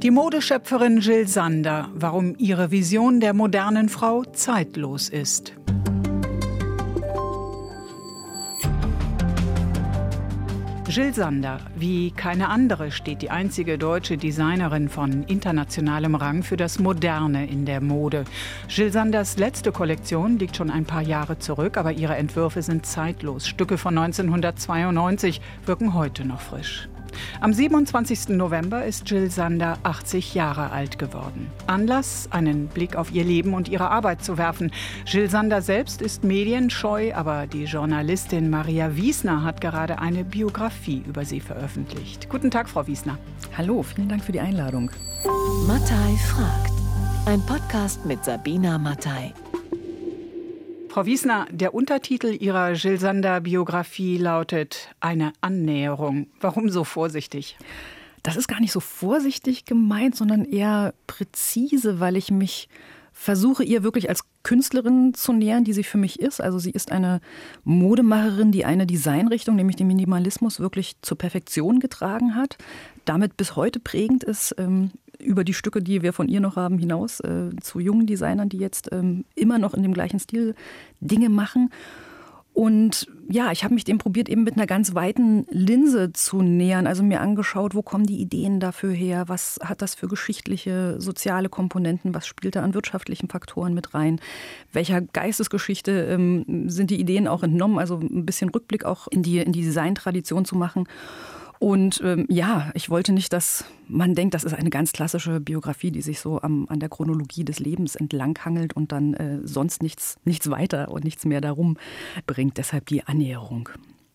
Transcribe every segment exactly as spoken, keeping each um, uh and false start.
Die Modeschöpferin Jill Sander, warum ihre Vision der modernen Frau zeitlos ist. Jill Sander, wie keine andere, steht die einzige deutsche Designerin von internationalem Rang für das Moderne in der Mode. Jill Sanders letzte Kollektion liegt schon ein paar Jahre zurück, aber ihre Entwürfe sind zeitlos. Stücke von neunzehnhundertzweiundneunzig wirken heute noch frisch. Am siebenundzwanzigsten November ist Jill Sander achtzig Jahre alt geworden. Anlass, einen Blick auf ihr Leben und ihre Arbeit zu werfen. Jill Sander selbst ist medienscheu, aber die Journalistin Maria Wiesner hat gerade eine Biografie über sie veröffentlicht. Guten Tag, Frau Wiesner. Hallo, vielen Dank für die Einladung. Mattei fragt. Ein Podcast mit Sabina Mattei. Frau Wiesner, der Untertitel Ihrer Jill Sander-Biografie lautet »Eine Annäherung«. Warum so vorsichtig? Das ist gar nicht so vorsichtig gemeint, sondern eher präzise, weil ich mich versuche, ihr wirklich als Künstlerin zu nähern, die sie für mich ist. Also sie ist eine Modemacherin, die eine Designrichtung, nämlich den Minimalismus, wirklich zur Perfektion getragen hat. Damit bis heute prägend ist, ähm, über die Stücke, die wir von ihr noch haben, hinaus äh, zu jungen Designern, die jetzt ähm, immer noch in dem gleichen Stil Dinge machen. Und ja, ich habe mich dem probiert, eben mit einer ganz weiten Linse zu nähern. Also mir angeschaut, wo kommen die Ideen dafür her? Was hat das für geschichtliche, soziale Komponenten? Was spielt da an wirtschaftlichen Faktoren mit rein? Welcher Geistesgeschichte ähm, sind die Ideen auch entnommen? Also ein bisschen Rückblick auch in die, in die Designtradition zu machen. Und ähm, ja, ich wollte nicht, dass man denkt, das ist eine ganz klassische Biografie, die sich so am, an der Chronologie des Lebens entlanghangelt und dann äh, sonst nichts, nichts weiter und nichts mehr darum bringt. Deshalb die Annäherung.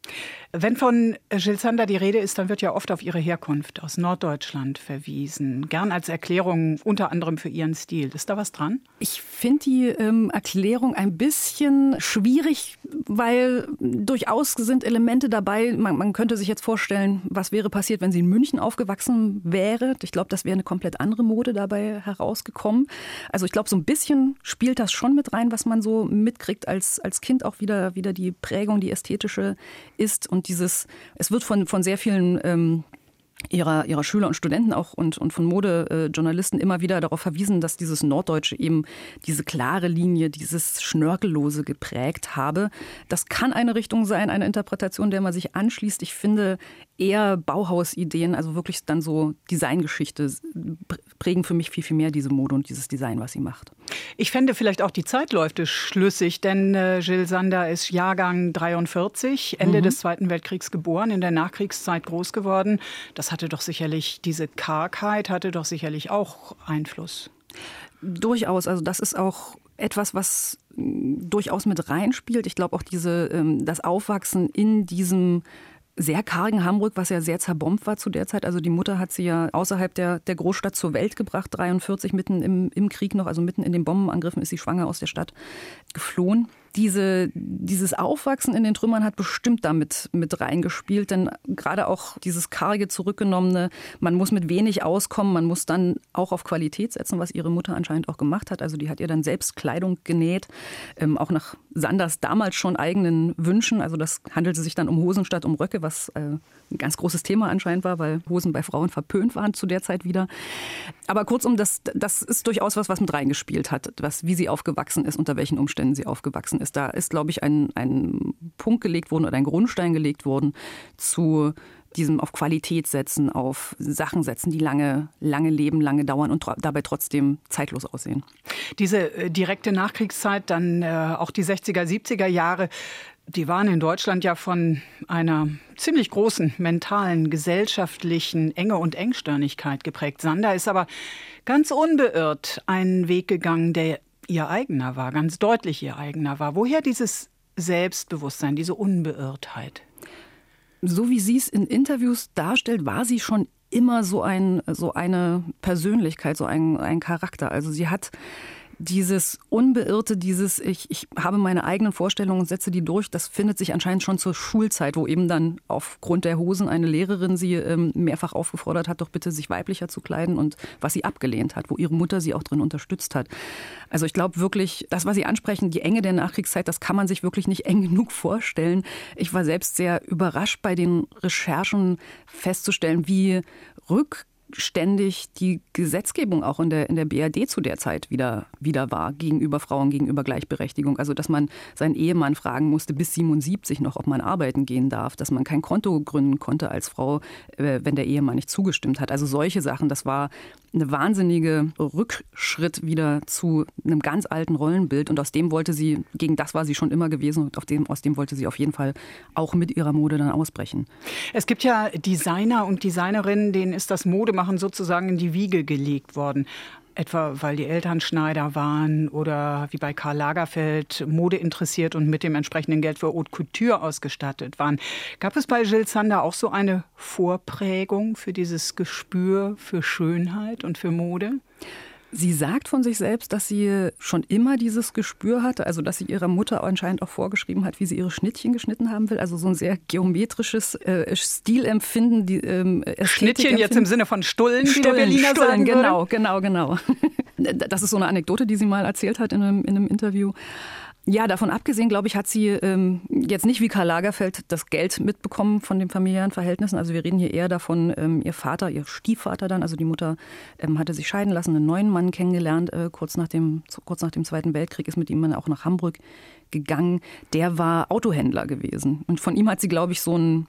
Wenn von Jill Sander die Rede ist, dann wird ja oft auf ihre Herkunft aus Norddeutschland verwiesen. Gern als Erklärung unter anderem für ihren Stil. Ist da was dran? Ich finde die ähm, Erklärung ein bisschen schwierig, weil durchaus sind Elemente dabei. Man, man könnte sich jetzt vorstellen, was wäre passiert, wenn sie in München aufgewachsen wäre. Ich glaube, das wäre eine komplett andere Mode dabei herausgekommen. Also ich glaube, so ein bisschen spielt das schon mit rein, was man so mitkriegt als, als Kind, auch wieder, wieder die Prägung, die ästhetische ist. Und dieses, es wird von, von sehr vielen ähm, ihrer, ihrer Schüler und Studenten auch und, und von Modejournalisten immer wieder darauf verwiesen, dass dieses Norddeutsche eben diese klare Linie, dieses Schnörkellose geprägt habe. Das kann eine Richtung sein, eine Interpretation, der man sich anschließt. Ich finde eher Bauhausideen, also wirklich dann so Designgeschichte, prägen für mich viel, viel mehr diese Mode und dieses Design, was sie macht. Ich fände vielleicht auch die Zeitläufe schlüssig, denn äh, Jill Sander ist Jahrgang dreiundvierzig, Ende mhm. des Zweiten Weltkriegs geboren, in der Nachkriegszeit groß geworden. Das hatte doch sicherlich, diese Kargheit hatte doch sicherlich auch Einfluss. Durchaus, also das ist auch etwas, was durchaus mit reinspielt. Ich glaube auch diese, ähm, das Aufwachsen in diesem sehr kargen Hamburg, was ja sehr zerbombt war zu der Zeit. Also die Mutter hat sie ja außerhalb der, der Großstadt zur Welt gebracht, dreiundvierzig, mitten im, im Krieg noch, also mitten in den Bombenangriffen ist sie schwanger aus der Stadt geflohen. Diese, dieses Aufwachsen in den Trümmern hat bestimmt damit mit reingespielt, denn gerade auch dieses karge, zurückgenommene, man muss mit wenig auskommen, man muss dann auch auf Qualität setzen, was ihre Mutter anscheinend auch gemacht hat. Also die hat ihr dann selbst Kleidung genäht, ähm, auch nach Sanders damals schon eigenen Wünschen. Also das handelte sich dann um Hosen statt um Röcke, was äh, ein ganz großes Thema anscheinend war, weil Hosen bei Frauen verpönt waren zu der Zeit wieder. Aber kurzum, das, das ist durchaus was, was mit reingespielt hat, was, wie sie aufgewachsen ist, unter welchen Umständen sie aufgewachsen ist. Da ist, glaube ich, ein, ein Punkt gelegt worden oder ein Grundstein gelegt worden zu diesem auf Qualität setzen, auf Sachen setzen, die lange, lange leben, lange dauern und tro- dabei trotzdem zeitlos aussehen. Diese äh, direkte Nachkriegszeit, dann äh, auch die sechziger, siebziger Jahre, die waren in Deutschland ja von einer ziemlich großen mentalen, gesellschaftlichen Enge und Engstirnigkeit geprägt. Sander ist aber ganz unbeirrt einen Weg gegangen, der ihr eigener war, ganz deutlich ihr eigener war. Woher dieses Selbstbewusstsein, diese Unbeirrtheit? So wie sie es in Interviews darstellt, war sie schon immer so, ein, so eine Persönlichkeit, so ein, ein Charakter. Also sie hat dieses Unbeirrte, dieses ich, ich habe meine eigenen Vorstellungen und setze die durch, das findet sich anscheinend schon zur Schulzeit, wo eben dann aufgrund der Hosen eine Lehrerin sie ähm, mehrfach aufgefordert hat, doch bitte sich weiblicher zu kleiden und was sie abgelehnt hat, wo ihre Mutter sie auch drin unterstützt hat. Also ich glaube wirklich, das, was Sie ansprechen, die Enge der Nachkriegszeit, das kann man sich wirklich nicht eng genug vorstellen. Ich war selbst sehr überrascht bei den Recherchen festzustellen, wie rück ständig die Gesetzgebung auch in der, in der B R D zu der Zeit wieder, wieder war, gegenüber Frauen, gegenüber Gleichberechtigung. Also dass man seinen Ehemann fragen musste, bis siebenundsiebzig noch, ob man arbeiten gehen darf, dass man kein Konto gründen konnte als Frau, wenn der Ehemann nicht zugestimmt hat. Also solche Sachen, das war eine wahnsinnige Rückschritt wieder zu einem ganz alten Rollenbild. Und aus dem wollte sie, gegen das war sie schon immer gewesen und auf dem, aus dem wollte sie auf jeden Fall auch mit ihrer Mode dann ausbrechen. Es gibt ja Designer und Designerinnen, denen ist das Modemachen sozusagen in die Wiege gelegt worden. Etwa weil die Eltern Schneider waren oder wie bei Karl Lagerfeld Mode interessiert und mit dem entsprechenden Geld für Haute Couture ausgestattet waren. Gab es bei Jill Sander auch so eine Vorprägung für dieses Gespür für Schönheit und für Mode? Sie sagt von sich selbst, dass sie schon immer dieses Gespür hatte, also dass sie ihrer Mutter anscheinend auch vorgeschrieben hat, wie sie ihre Schnittchen geschnitten haben will. Also so ein sehr geometrisches äh, Stilempfinden. Die, ähm, Schnittchen jetzt im Sinne von Stullen, Stullen, wie der Berliner Stullen, sagen würde? Genau, genau, genau. Das ist so eine Anekdote, die sie mal erzählt hat in einem, in einem Interview. Ja, davon abgesehen, glaube ich, hat sie ähm, jetzt nicht wie Karl Lagerfeld das Geld mitbekommen von den familiären Verhältnissen. Also wir reden hier eher davon, ähm, ihr Vater, ihr Stiefvater dann, also die Mutter ähm, hatte sich scheiden lassen, einen neuen Mann kennengelernt, äh, kurz nach dem, kurz nach dem Zweiten Weltkrieg, ist mit ihm dann auch nach Hamburg gegangen. Der war Autohändler gewesen und von ihm hat sie, glaube ich, so ein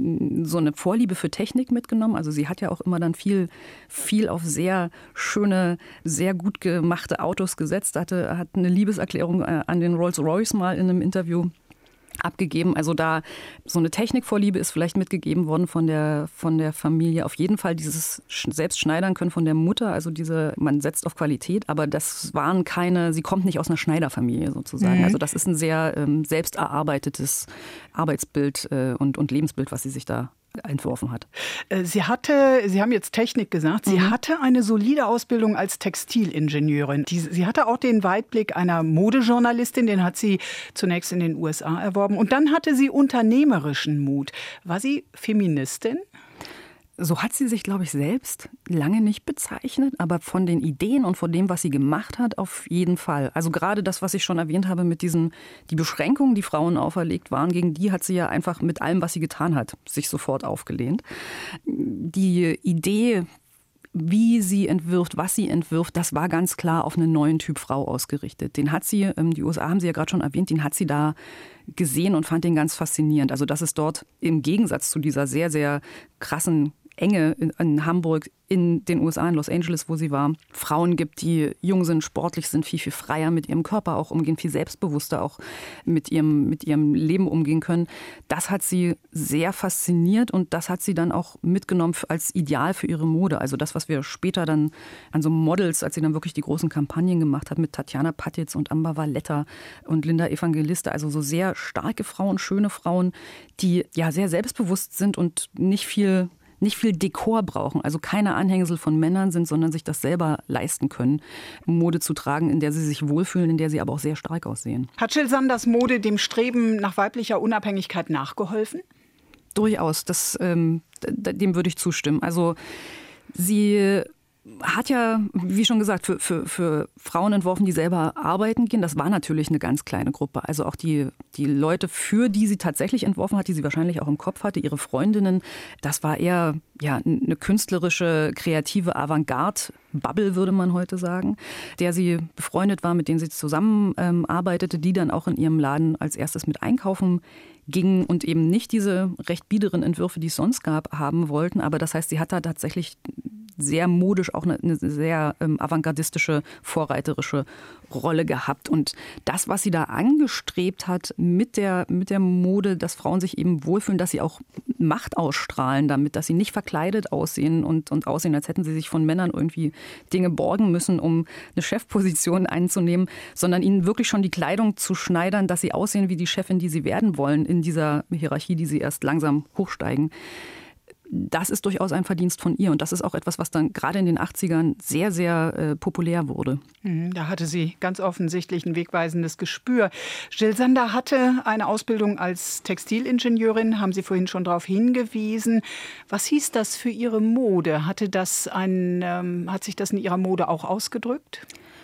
so eine Vorliebe für Technik mitgenommen. Also sie hat ja auch immer dann viel, viel auf sehr schöne, sehr gut gemachte Autos gesetzt. Hatte, hat eine Liebeserklärung an den Rolls-Royce mal in einem Interview abgegeben. Also da so eine Technikvorliebe ist vielleicht mitgegeben worden von der, von der Familie. Auf jeden Fall dieses selbst schneidern können von der Mutter. Also diese, man setzt auf Qualität, aber das waren keine, sie kommt nicht aus einer Schneiderfamilie sozusagen. Mhm. Also das ist ein sehr ähm, selbst erarbeitetes Arbeitsbild äh, und, und Lebensbild, was sie sich da entworfen hat. Sie hatte, Sie haben jetzt Technik gesagt, sie mhm. hatte eine solide Ausbildung als Textilingenieurin. Die, sie hatte auch den Weitblick einer Modejournalistin, den hat sie zunächst in den U S A erworben. Und dann hatte sie unternehmerischen Mut. War sie Feministin? So hat sie sich, glaube ich, selbst lange nicht bezeichnet, aber von den Ideen und von dem, was sie gemacht hat, auf jeden Fall. Also gerade das, was ich schon erwähnt habe mit diesen, die Beschränkungen, die Frauen auferlegt waren, gegen die hat sie ja einfach mit allem, was sie getan hat, sich sofort aufgelehnt. Die Idee, wie sie entwirft, was sie entwirft, das war ganz klar auf einen neuen Typ Frau ausgerichtet. Den hat sie, die U S A haben Sie ja gerade schon erwähnt, den hat sie da gesehen und fand den ganz faszinierend. Also dass es dort im Gegensatz zu dieser sehr, sehr krassen Enge in, in Hamburg, in den U S A, in Los Angeles, wo sie war, Frauen gibt, die jung sind, sportlich sind, viel, viel freier mit ihrem Körper auch umgehen, viel selbstbewusster auch mit ihrem, mit ihrem Leben umgehen können. Das hat sie sehr fasziniert und das hat sie dann auch mitgenommen als Ideal für ihre Mode. Also das, was wir später dann an so Models, als sie dann wirklich die großen Kampagnen gemacht hat mit Tatjana Patitz und Amber Valletta und Linda Evangelista, also so sehr starke Frauen, schöne Frauen, die ja sehr selbstbewusst sind und nicht viel nicht viel Dekor brauchen, also keine Anhängsel von Männern sind, sondern sich das selber leisten können, Mode zu tragen, in der sie sich wohlfühlen, in der sie aber auch sehr stark aussehen. Hat Jill Sanders Mode dem Streben nach weiblicher Unabhängigkeit nachgeholfen? Durchaus, das, ähm, dem würde ich zustimmen. Also sie hat ja, wie schon gesagt, für, für, für Frauen entworfen, die selber arbeiten gehen. Das war natürlich eine ganz kleine Gruppe. Also auch die, die Leute, für die sie tatsächlich entworfen hat, die sie wahrscheinlich auch im Kopf hatte, ihre Freundinnen, das war eher ja, eine künstlerische, kreative Avantgarde-Bubble, würde man heute sagen, der sie befreundet war, mit denen sie zusammen ähm, arbeitete, die dann auch in ihrem Laden als erstes mit einkaufen gingen und eben nicht diese recht biederen Entwürfe, die es sonst gab, haben wollten. Aber das heißt, sie hat da tatsächlich sehr modisch auch eine, eine sehr ähm, avantgardistische, vorreiterische Rolle gehabt. Und das, was sie da angestrebt hat mit der, mit der Mode, dass Frauen sich eben wohlfühlen, dass sie auch Macht ausstrahlen damit, dass sie nicht verkleidet aussehen und, und aussehen, als hätten sie sich von Männern irgendwie Dinge borgen müssen, um eine Chefposition einzunehmen, sondern ihnen wirklich schon die Kleidung zu schneidern, dass sie aussehen wie die Chefin, die sie werden wollen in dieser Hierarchie, die sie erst langsam hochsteigen. Das ist durchaus ein Verdienst von ihr. Und das ist auch etwas, was dann gerade in den achtzigern sehr, sehr äh, populär wurde. Da hatte sie ganz offensichtlich ein wegweisendes Gespür. Jill Sander hatte eine Ausbildung als Textilingenieurin, haben Sie vorhin schon darauf hingewiesen. Was hieß das für Ihre Mode? Hatte das ein, ähm, hat sich das in Ihrer Mode auch ausgedrückt?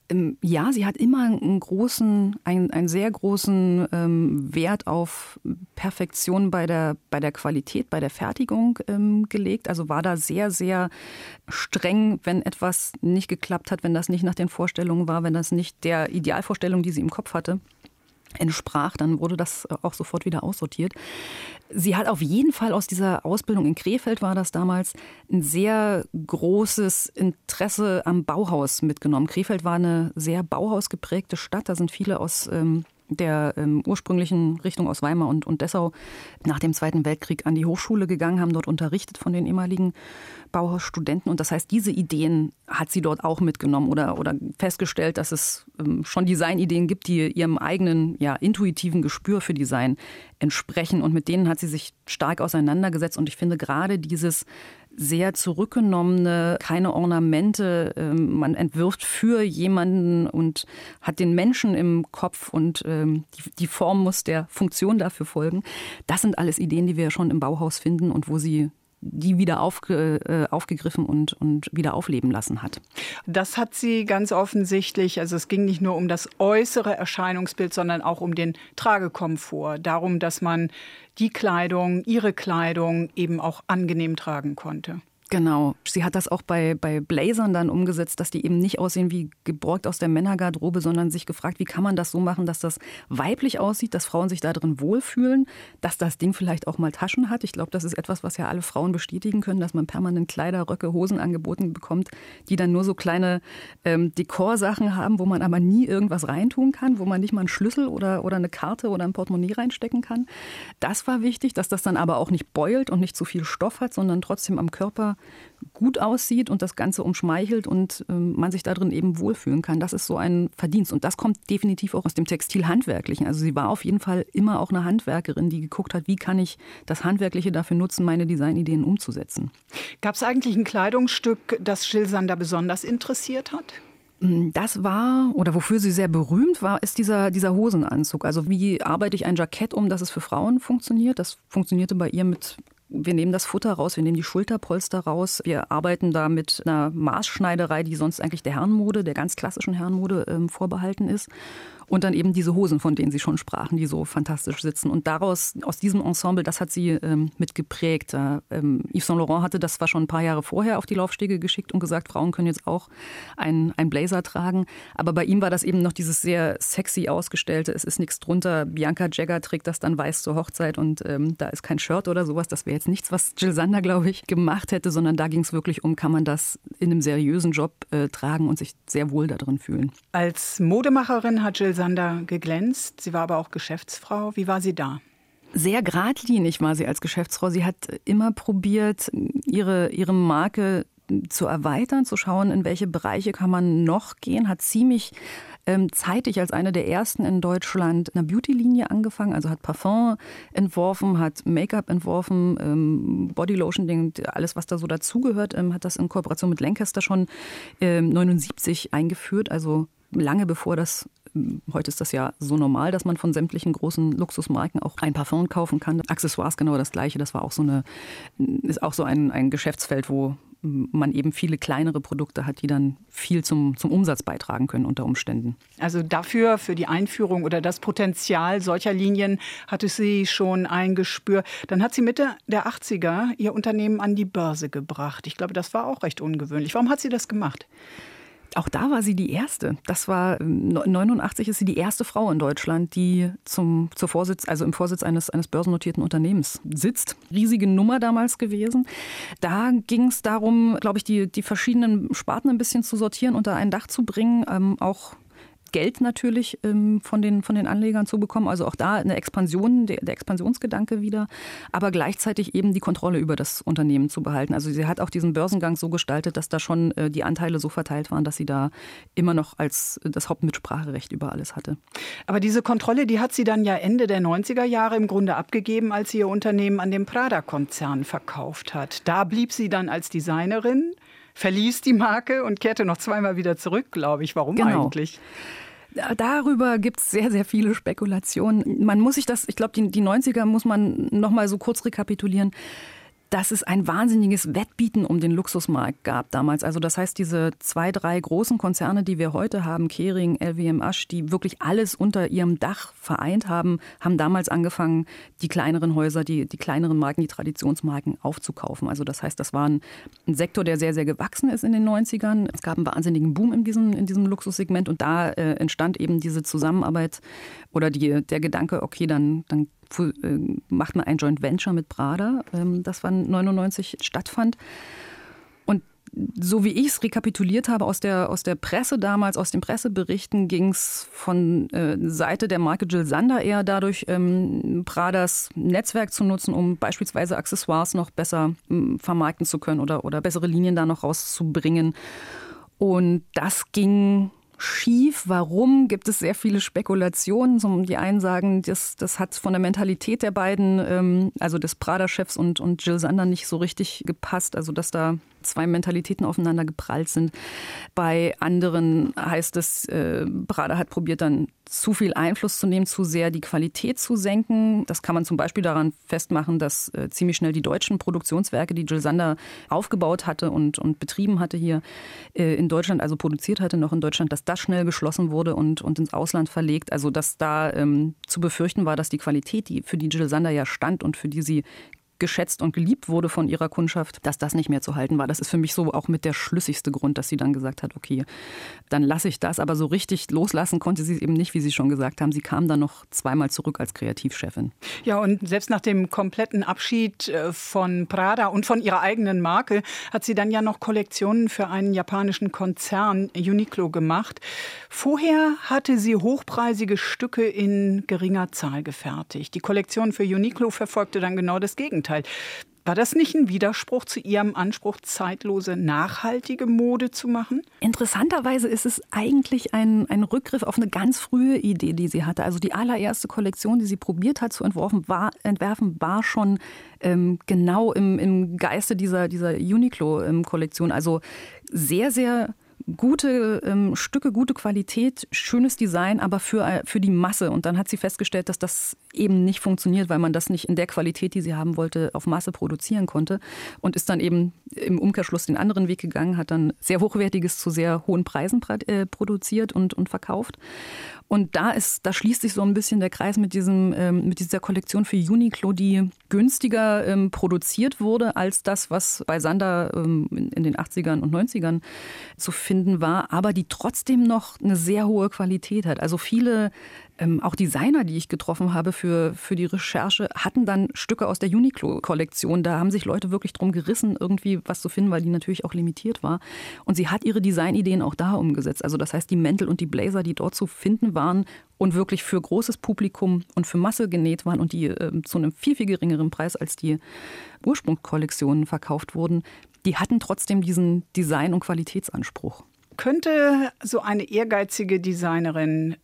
Ja, sie hat immer einen großen, einen, einen sehr großen ähm, Wert auf Perfektion bei der, bei der Qualität, bei der Fertigung ähm, gelegt. Also war da sehr, sehr streng, wenn etwas nicht geklappt hat, wenn das nicht nach den Vorstellungen war, wenn das nicht der Idealvorstellung, die sie im Kopf hatte, entsprach, dann wurde das auch sofort wieder aussortiert. Sie hat auf jeden Fall aus dieser Ausbildung in Krefeld, war das damals, ein sehr großes Interesse am Bauhaus mitgenommen. Krefeld war eine sehr bauhausgeprägte Stadt. Da sind viele aus ähm, der ähm, ursprünglichen Richtung aus Weimar und, und Dessau nach dem Zweiten Weltkrieg an die Hochschule gegangen, haben dort unterrichtet von den ehemaligen Bauhausstudenten. Und das heißt, diese Ideen hat sie dort auch mitgenommen oder, oder festgestellt, dass es ähm, schon Designideen gibt, die ihrem eigenen, ja, intuitiven Gespür für Design entsprechen. Und mit denen hat sie sich stark auseinandergesetzt. Und ich finde gerade dieses sehr zurückgenommene, keine Ornamente, ähm, man entwirft für jemanden und hat den Menschen im Kopf und ähm, die, die Form muss der Funktion dafür folgen. Das sind alles Ideen, die wir schon im Bauhaus finden und wo sie die wieder aufge, äh, aufgegriffen und, und wieder aufleben lassen hat. Das hat sie ganz offensichtlich, also es ging nicht nur um das äußere Erscheinungsbild, sondern auch um den Tragekomfort. Darum, dass man die Kleidung, ihre Kleidung eben auch angenehm tragen konnte. Genau. Sie hat das auch bei, bei Blazern dann umgesetzt, dass die eben nicht aussehen wie geborgt aus der Männergarderobe, sondern sich gefragt, wie kann man das so machen, dass das weiblich aussieht, dass Frauen sich da drin wohlfühlen, dass das Ding vielleicht auch mal Taschen hat. Ich glaube, das ist etwas, was ja alle Frauen bestätigen können, dass man permanent Kleider, Röcke, Hosen angeboten bekommt, die dann nur so kleine ähm, Dekorsachen haben, wo man aber nie irgendwas reintun kann, wo man nicht mal einen Schlüssel oder, oder eine Karte oder ein Portemonnaie reinstecken kann. Das war wichtig, dass das dann aber auch nicht beult und nicht zu viel Stoff hat, sondern trotzdem am Körper gut aussieht und das Ganze umschmeichelt und ähm, man sich da drin eben wohlfühlen kann. Das ist so ein Verdienst. Und das kommt definitiv auch aus dem Textilhandwerklichen. Also sie war auf jeden Fall immer auch eine Handwerkerin, die geguckt hat, wie kann ich das Handwerkliche dafür nutzen, meine Designideen umzusetzen. Gab es eigentlich ein Kleidungsstück, das Jill Sander besonders interessiert hat? Das war, oder wofür sie sehr berühmt war, ist dieser, dieser Hosenanzug. Also wie arbeite ich ein Jackett um, dass es für Frauen funktioniert? Das funktionierte bei ihr mit: Wir nehmen das Futter raus, wir nehmen die Schulterpolster raus. Wir arbeiten da mit einer Maßschneiderei, die sonst eigentlich der Herrenmode, der ganz klassischen Herrenmode ähm, vorbehalten ist. Und dann eben diese Hosen, von denen Sie schon sprachen, die so fantastisch sitzen. Und daraus, aus diesem Ensemble, das hat sie ähm, mit geprägt. Äh, ähm, Yves Saint Laurent hatte das zwar schon ein paar Jahre vorher auf die Laufstege geschickt und gesagt, Frauen können jetzt auch einen Blazer tragen. Aber bei ihm war das eben noch dieses sehr sexy ausgestellte, es ist nichts drunter. Bianca Jagger trägt das dann weiß zur Hochzeit und ähm, da ist kein Shirt oder sowas. Das wäre jetzt nichts, was Jill Sander, glaube ich, gemacht hätte, sondern da ging es wirklich um, kann man das in einem seriösen Job äh, tragen und sich sehr wohl darin fühlen. Als Modemacherin hat Jill Sander geglänzt. Sie war aber auch Geschäftsfrau. Wie war sie da? Sehr geradlinig war sie als Geschäftsfrau. Sie hat immer probiert, ihre, ihre Marke zu erweitern, zu schauen, in welche Bereiche kann man noch gehen. Hat ziemlich ähm, zeitig als eine der ersten in Deutschland eine Beauty-Linie angefangen. Also hat Parfum entworfen, hat Make-up entworfen, ähm, Bodylotion, alles, was da so dazugehört, ähm, hat das in Kooperation mit Lancaster schon ähm, neunundsiebzig eingeführt. Also lange bevor das, heute ist das ja so normal, dass man von sämtlichen großen Luxusmarken auch ein Parfum kaufen kann. Accessoires genau das Gleiche. Das war auch so eine, ist auch so ein, ein Geschäftsfeld, wo man eben viele kleinere Produkte hat, die dann viel zum, zum Umsatz beitragen können unter Umständen. Also dafür, für die Einführung oder das Potenzial solcher Linien hatte sie schon ein Gespür. Dann hat sie Mitte der achtziger ihr Unternehmen an die Börse gebracht. Ich glaube, das war auch recht ungewöhnlich. Warum hat sie das gemacht? Auch da war sie die Erste. Das war neunundachtzig ist sie die erste Frau in Deutschland, die zum, zur Vorsitz, also im Vorsitz eines, eines börsennotierten Unternehmens sitzt. Riesige Nummer damals gewesen. Da ging es darum, glaube ich, die, die verschiedenen Sparten ein bisschen zu sortieren, unter ein Dach zu bringen, ähm, auch Geld natürlich ähm, von den, von den Anlegern zu bekommen. Also auch da eine Expansion, der, der Expansionsgedanke wieder, aber gleichzeitig eben die Kontrolle über das Unternehmen zu behalten. Also sie hat auch diesen Börsengang so gestaltet, dass da schon äh, die Anteile so verteilt waren, dass sie da immer noch als das Hauptmitspracherecht über alles hatte. Aber diese Kontrolle, die hat sie dann ja Ende der neunziger Jahre im Grunde abgegeben, als sie ihr Unternehmen an den Prada-Konzern verkauft hat. Da blieb sie dann als Designerin, verließ die Marke und kehrte noch zweimal wieder zurück, glaube ich. Warum genau. eigentlich? Darüber gibt es sehr, sehr viele Spekulationen. Man muss sich das, ich glaube, die, die neunziger muss man noch mal so kurz rekapitulieren. dass es ein wahnsinniges Wettbieten um den Luxusmarkt gab damals. Also das heißt, diese zwei, drei großen Konzerne, die wir heute haben, Kering, L V M H, die wirklich alles unter ihrem Dach vereint haben, haben damals angefangen, die kleineren Häuser, die, die kleineren Marken, die Traditionsmarken aufzukaufen. Also das heißt, das war ein, ein Sektor, der sehr, sehr gewachsen ist in den neunzigern. Es gab einen wahnsinnigen Boom in diesem, in diesem Luxussegment und da äh, entstand eben diese Zusammenarbeit oder die, der Gedanke, okay, dann, dann macht man ein Joint Venture mit Prada, das dann neunundneunzig stattfand. Und so wie ich es rekapituliert habe aus der, aus der Presse damals, aus den Presseberichten, ging es von äh, Seite der Marke Jil Sander eher dadurch, ähm, Pradas Netzwerk zu nutzen, um beispielsweise Accessoires noch besser ähm, vermarkten zu können oder, oder bessere Linien da noch rauszubringen. Und das ging schief. Warum? Gibt es sehr viele Spekulationen. Die einen sagen, das, das hat von der Mentalität der beiden, ähm, also des Prada-Chefs und, und Jil Sander, nicht so richtig gepasst. Also dass da zwei Mentalitäten aufeinander geprallt sind. Bei anderen heißt es, äh, Prada hat probiert, dann zu viel Einfluss zu nehmen, zu sehr die Qualität zu senken. Das kann man zum Beispiel daran festmachen, dass äh, ziemlich schnell die deutschen Produktionswerke, die Jil Sander aufgebaut hatte und, und betrieben hatte hier äh, in Deutschland, also produziert hatte noch in Deutschland, dass das schnell geschlossen wurde und, und ins Ausland verlegt. Also dass da ähm, zu befürchten war, dass die Qualität, die für die Jil Sander ja stand und für die sie geschätzt und geliebt wurde von ihrer Kundschaft, dass das nicht mehr zu halten war. Das ist für mich so auch mit der schlüssigste Grund, dass sie dann gesagt hat, okay, dann lasse ich das. Aber so richtig loslassen konnte sie es eben nicht, wie Sie schon gesagt haben. Sie kam dann noch zweimal zurück als Kreativchefin. Ja, und selbst nach dem kompletten Abschied von Prada und von ihrer eigenen Marke hat sie dann ja noch Kollektionen für einen japanischen Konzern, Uniqlo, gemacht. Vorher hatte sie hochpreisige Stücke in geringer Zahl gefertigt. Die Kollektion für Uniqlo verfolgte dann genau das Gegenteil. War das nicht ein Widerspruch zu Ihrem Anspruch, zeitlose, nachhaltige Mode zu machen? Interessanterweise ist es eigentlich ein, ein Rückgriff auf eine ganz frühe Idee, die sie hatte. Also die allererste Kollektion, die sie probiert hat zu entwerfen, war, entwerfen, war schon ähm, genau im, im Geiste dieser, dieser Uniqlo-Kollektion. Also sehr, sehr gute ähm, Stücke, gute Qualität, schönes Design, aber für, für die Masse. Und dann hat sie festgestellt, dass das eben nicht funktioniert, weil man das nicht in der Qualität, die sie haben wollte, auf Masse produzieren konnte. Und ist dann eben im Umkehrschluss den anderen Weg gegangen, hat dann sehr Hochwertiges zu sehr hohen Preisen äh, produziert und, und verkauft. Und da ist, da schließt sich so ein bisschen der Kreis mit diesem, ähm, mit dieser Kollektion für Uniqlo, die günstiger ähm, produziert wurde als das, was bei Sander ähm, in, in den achtzigern und neunzigern zu finden war, aber die trotzdem noch eine sehr hohe Qualität hat. Also viele Ähm, auch Designer, die ich getroffen habe für, für die Recherche, hatten dann Stücke aus der Uniqlo-Kollektion. Da haben sich Leute wirklich drum gerissen, irgendwie was zu finden, weil die natürlich auch limitiert war. Und sie hat ihre Designideen auch da umgesetzt. Also das heißt, die Mäntel und die Blazer, die dort zu finden waren und wirklich für großes Publikum und für Masse genäht waren und die äh, zu einem viel, viel geringeren Preis als die Ursprungskollektionen verkauft wurden, die hatten trotzdem diesen Design- und Qualitätsanspruch. Könnte so eine ehrgeizige Designerin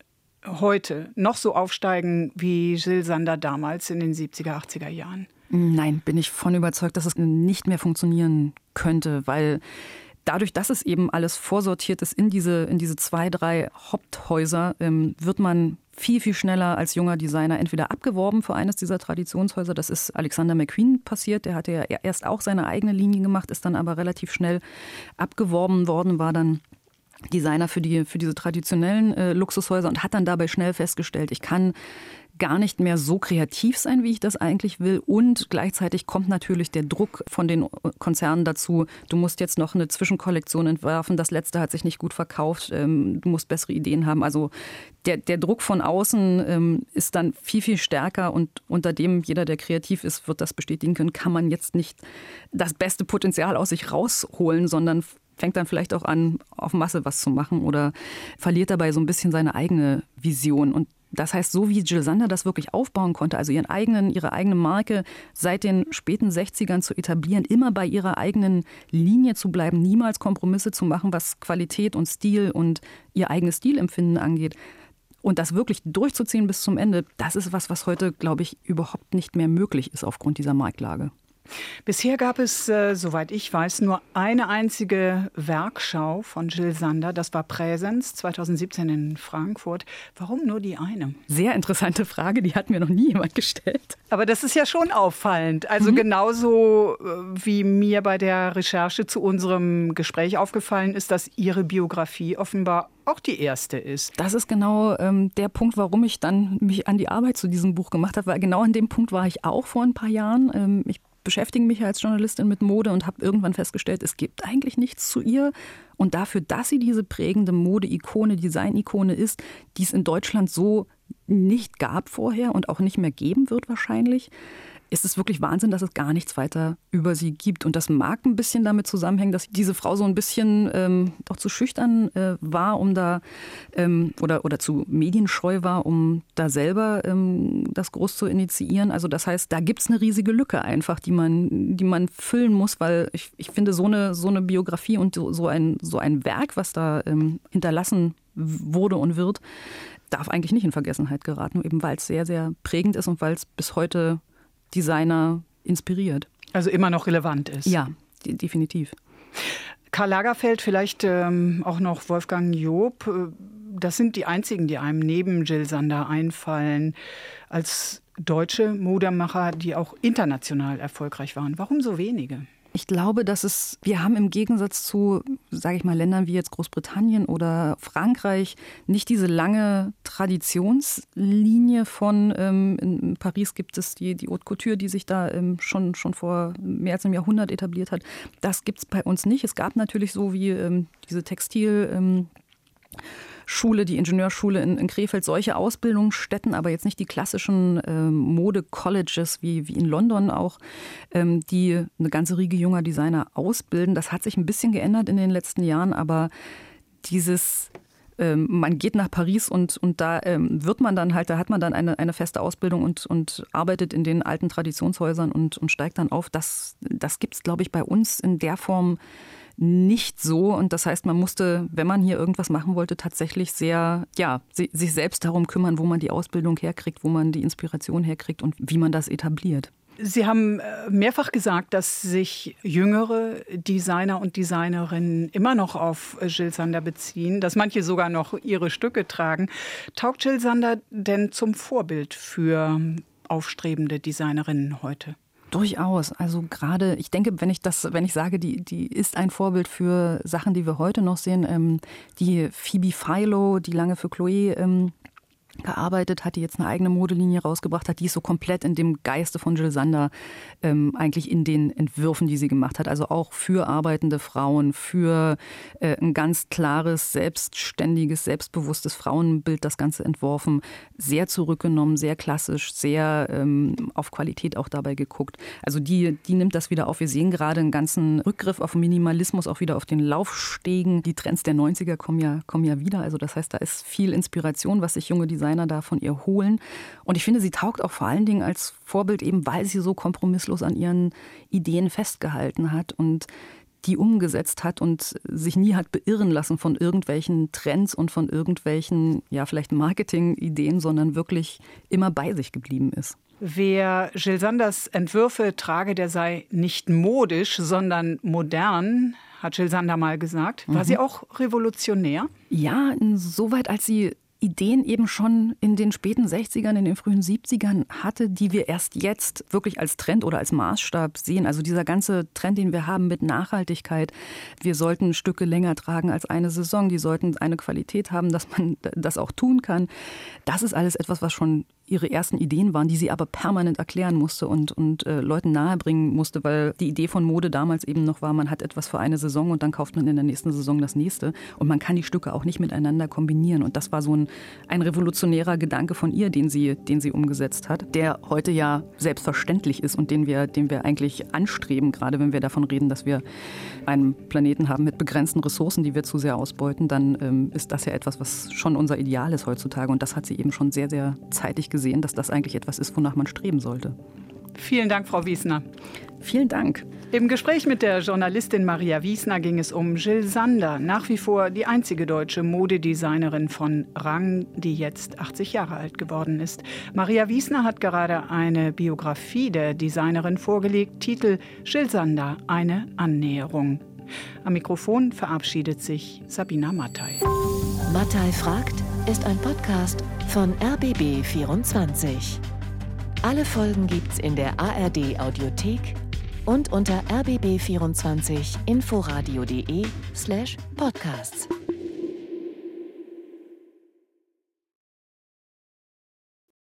heute noch so aufsteigen wie Jil Sander damals in den siebziger, achtziger Jahren? Nein, bin ich von überzeugt, dass es nicht mehr funktionieren könnte, weil dadurch, dass es eben alles vorsortiert ist in diese, in diese zwei, drei Haupthäuser, ähm, wird man viel, viel schneller als junger Designer entweder abgeworben für eines dieser Traditionshäuser. Das ist Alexander McQueen passiert. Der hatte ja erst auch seine eigene Linie gemacht, ist dann aber relativ schnell abgeworben worden, war dann Designer für die für diese traditionellen äh, Luxushäuser und hat dann dabei schnell festgestellt, ich kann gar nicht mehr so kreativ sein, wie ich das eigentlich will. Und gleichzeitig kommt natürlich der Druck von den Konzernen dazu. Du musst jetzt noch eine Zwischenkollektion entwerfen. Das letzte hat sich nicht gut verkauft. Ähm, du musst bessere Ideen haben. Also der, der Druck von außen ähm, ist dann viel, viel stärker. Und unter dem jeder, der kreativ ist, wird das bestätigen können, kann man jetzt nicht das beste Potenzial aus sich rausholen, sondern fängt dann vielleicht auch an, auf Masse was zu machen oder verliert dabei so ein bisschen seine eigene Vision. Und das heißt, so wie Jil Sander das wirklich aufbauen konnte, also ihren eigenen, ihre eigene Marke seit den späten sechzigern zu etablieren, immer bei ihrer eigenen Linie zu bleiben, niemals Kompromisse zu machen, was Qualität und Stil und ihr eigenes Stilempfinden angeht. Und das wirklich durchzuziehen bis zum Ende, das ist was, was heute, glaube ich, überhaupt nicht mehr möglich ist aufgrund dieser Marktlage. Bisher gab es, äh, soweit ich weiß, nur eine einzige Werkschau von Jill Sander. Das war Präsenz zweitausendsiebzehn in Frankfurt. Warum nur die eine? Sehr interessante Frage, die hat mir noch nie jemand gestellt. Aber das ist ja schon auffallend. Also mhm. genauso wie mir bei der Recherche zu unserem Gespräch aufgefallen ist, dass Ihre Biografie offenbar auch die erste ist. Das ist genau ähm, der Punkt, warum ich dann mich an die Arbeit zu diesem Buch gemacht habe. Weil genau an dem Punkt war ich auch vor ein paar Jahren. Ähm, ich beschäftige mich als Journalistin mit Mode und habe irgendwann festgestellt, es gibt eigentlich nichts zu ihr. Und dafür, dass sie diese prägende Mode-Ikone, Design-Ikone ist, die es in Deutschland so nicht gab vorher und auch nicht mehr geben wird wahrscheinlich, ist es wirklich Wahnsinn, dass es gar nichts weiter über sie gibt. Und das mag ein bisschen damit zusammenhängen, dass diese Frau so ein bisschen ähm, doch zu schüchtern äh, war, um da ähm, oder, oder zu medienscheu war, um da selber ähm, das groß zu initiieren. Also das heißt, da gibt es eine riesige Lücke einfach, die man, die man füllen muss, weil ich, ich finde, so eine, so eine Biografie und so ein, so ein Werk, was da ähm, hinterlassen wurde und wird, darf eigentlich nicht in Vergessenheit geraten, eben weil es sehr, sehr prägend ist und weil es bis heute Designer inspiriert. Also immer noch relevant ist. Ja, de- definitiv. Karl Lagerfeld, vielleicht ähm, auch noch Wolfgang Job. Das sind die einzigen, die einem neben Jill Sander einfallen, als deutsche Modemacher, die auch international erfolgreich waren. Warum so wenige? Ich glaube, dass es, wir haben im Gegensatz zu, sage ich mal, Ländern wie jetzt Großbritannien oder Frankreich nicht diese lange Traditionslinie von, ähm, in Paris gibt es die, die Haute Couture, die sich da ähm, schon, schon vor mehr als einem Jahrhundert etabliert hat. Das gibt es bei uns nicht. Es gab natürlich so wie ähm, diese Textil- ähm, Schule, die Ingenieurschule in, in Krefeld, solche Ausbildungsstätten, aber jetzt nicht die klassischen ähm, Mode-Colleges wie, wie in London auch, ähm, die eine ganze Riege junger Designer ausbilden. Das hat sich ein bisschen geändert in den letzten Jahren, aber dieses, ähm, man geht nach Paris und, und da ähm, wird man dann halt, da hat man dann eine, eine feste Ausbildung und, und arbeitet in den alten Traditionshäusern und, und steigt dann auf. Das, das gibt es, glaube ich, bei uns in der Form nicht so. Und das heißt, man musste, wenn man hier irgendwas machen wollte, tatsächlich sehr, ja, sich selbst darum kümmern, wo man die Ausbildung herkriegt, wo man die Inspiration herkriegt und wie man das etabliert. Sie haben mehrfach gesagt, dass sich jüngere Designer und Designerinnen immer noch auf Jill Sander beziehen, dass manche sogar noch ihre Stücke tragen. Taugt Jill Sander denn zum Vorbild für aufstrebende Designerinnen heute? Durchaus. Also gerade, ich denke, wenn ich das, wenn ich sage, die, die ist ein Vorbild für Sachen, die wir heute noch sehen, ähm, die Phoebe Philo, die lange für Chloé ähm, gearbeitet hat, die jetzt eine eigene Modelinie rausgebracht hat, die ist so komplett in dem Geiste von Jill Sander ähm, eigentlich in den Entwürfen, die sie gemacht hat. Also auch für arbeitende Frauen, für äh, ein ganz klares, selbstständiges, selbstbewusstes Frauenbild das Ganze entworfen. Sehr zurückgenommen, sehr klassisch, sehr ähm, auf Qualität auch dabei geguckt. Also die, die nimmt das wieder auf. Wir sehen gerade einen ganzen Rückgriff auf Minimalismus, auch wieder auf den Laufstegen. Die Trends der neunziger kommen ja, kommen ja wieder. Also das heißt, da ist viel Inspiration, was sich junge Designer da von ihr holen. Und ich finde, sie taugt auch vor allen Dingen als Vorbild eben, weil sie so kompromisslos an ihren Ideen festgehalten hat und die umgesetzt hat und sich nie hat beirren lassen von irgendwelchen Trends und von irgendwelchen, ja, vielleicht Marketing-Ideen, sondern wirklich immer bei sich geblieben ist. Wer Jill Sanders Entwürfe trage, der sei nicht modisch, sondern modern, hat Jill Sander mal gesagt. War mhm. sie auch revolutionär? Ja, insoweit, als sie Ideen eben schon in den späten sechzigern, in den frühen siebzigern hatte, die wir erst jetzt wirklich als Trend oder als Maßstab sehen. Also dieser ganze Trend, den wir haben mit Nachhaltigkeit. Wir sollten Stücke länger tragen als eine Saison. Die sollten eine Qualität haben, dass man das auch tun kann. Das ist alles etwas, was schon ihre ersten Ideen waren, die sie aber permanent erklären musste und, und äh, Leuten nahebringen musste, weil die Idee von Mode damals eben noch war, man hat etwas für eine Saison und dann kauft man in der nächsten Saison das nächste. Und man kann die Stücke auch nicht miteinander kombinieren. Und das war so ein, ein revolutionärer Gedanke von ihr, den sie, den sie umgesetzt hat, der heute ja selbstverständlich ist und den wir, den wir eigentlich anstreben, gerade wenn wir davon reden, dass wir einen Planeten haben mit begrenzten Ressourcen, die wir zu sehr ausbeuten, dann ähm, ist das ja etwas, was schon unser Ideal ist heutzutage. Und das hat sie eben schon sehr, sehr zeitig gesehen, dass das eigentlich etwas ist, wonach man streben sollte. Vielen Dank, Frau Wiesner. Vielen Dank. Im Gespräch mit der Journalistin Maria Wiesner ging es um Jill Sander, nach wie vor die einzige deutsche Modedesignerin von Rang, die jetzt achtzig Jahre alt geworden ist. Maria Wiesner hat gerade eine Biografie der Designerin vorgelegt, Titel Jill Sander, eine Annäherung. Am Mikrofon verabschiedet sich Sabina Mattei. Mattei fragt ist ein Podcast von R B B vierundzwanzig. Alle Folgen gibt's in der A R D Audiothek und unter r b b vierundzwanzig inforadio punkt de slash podcasts.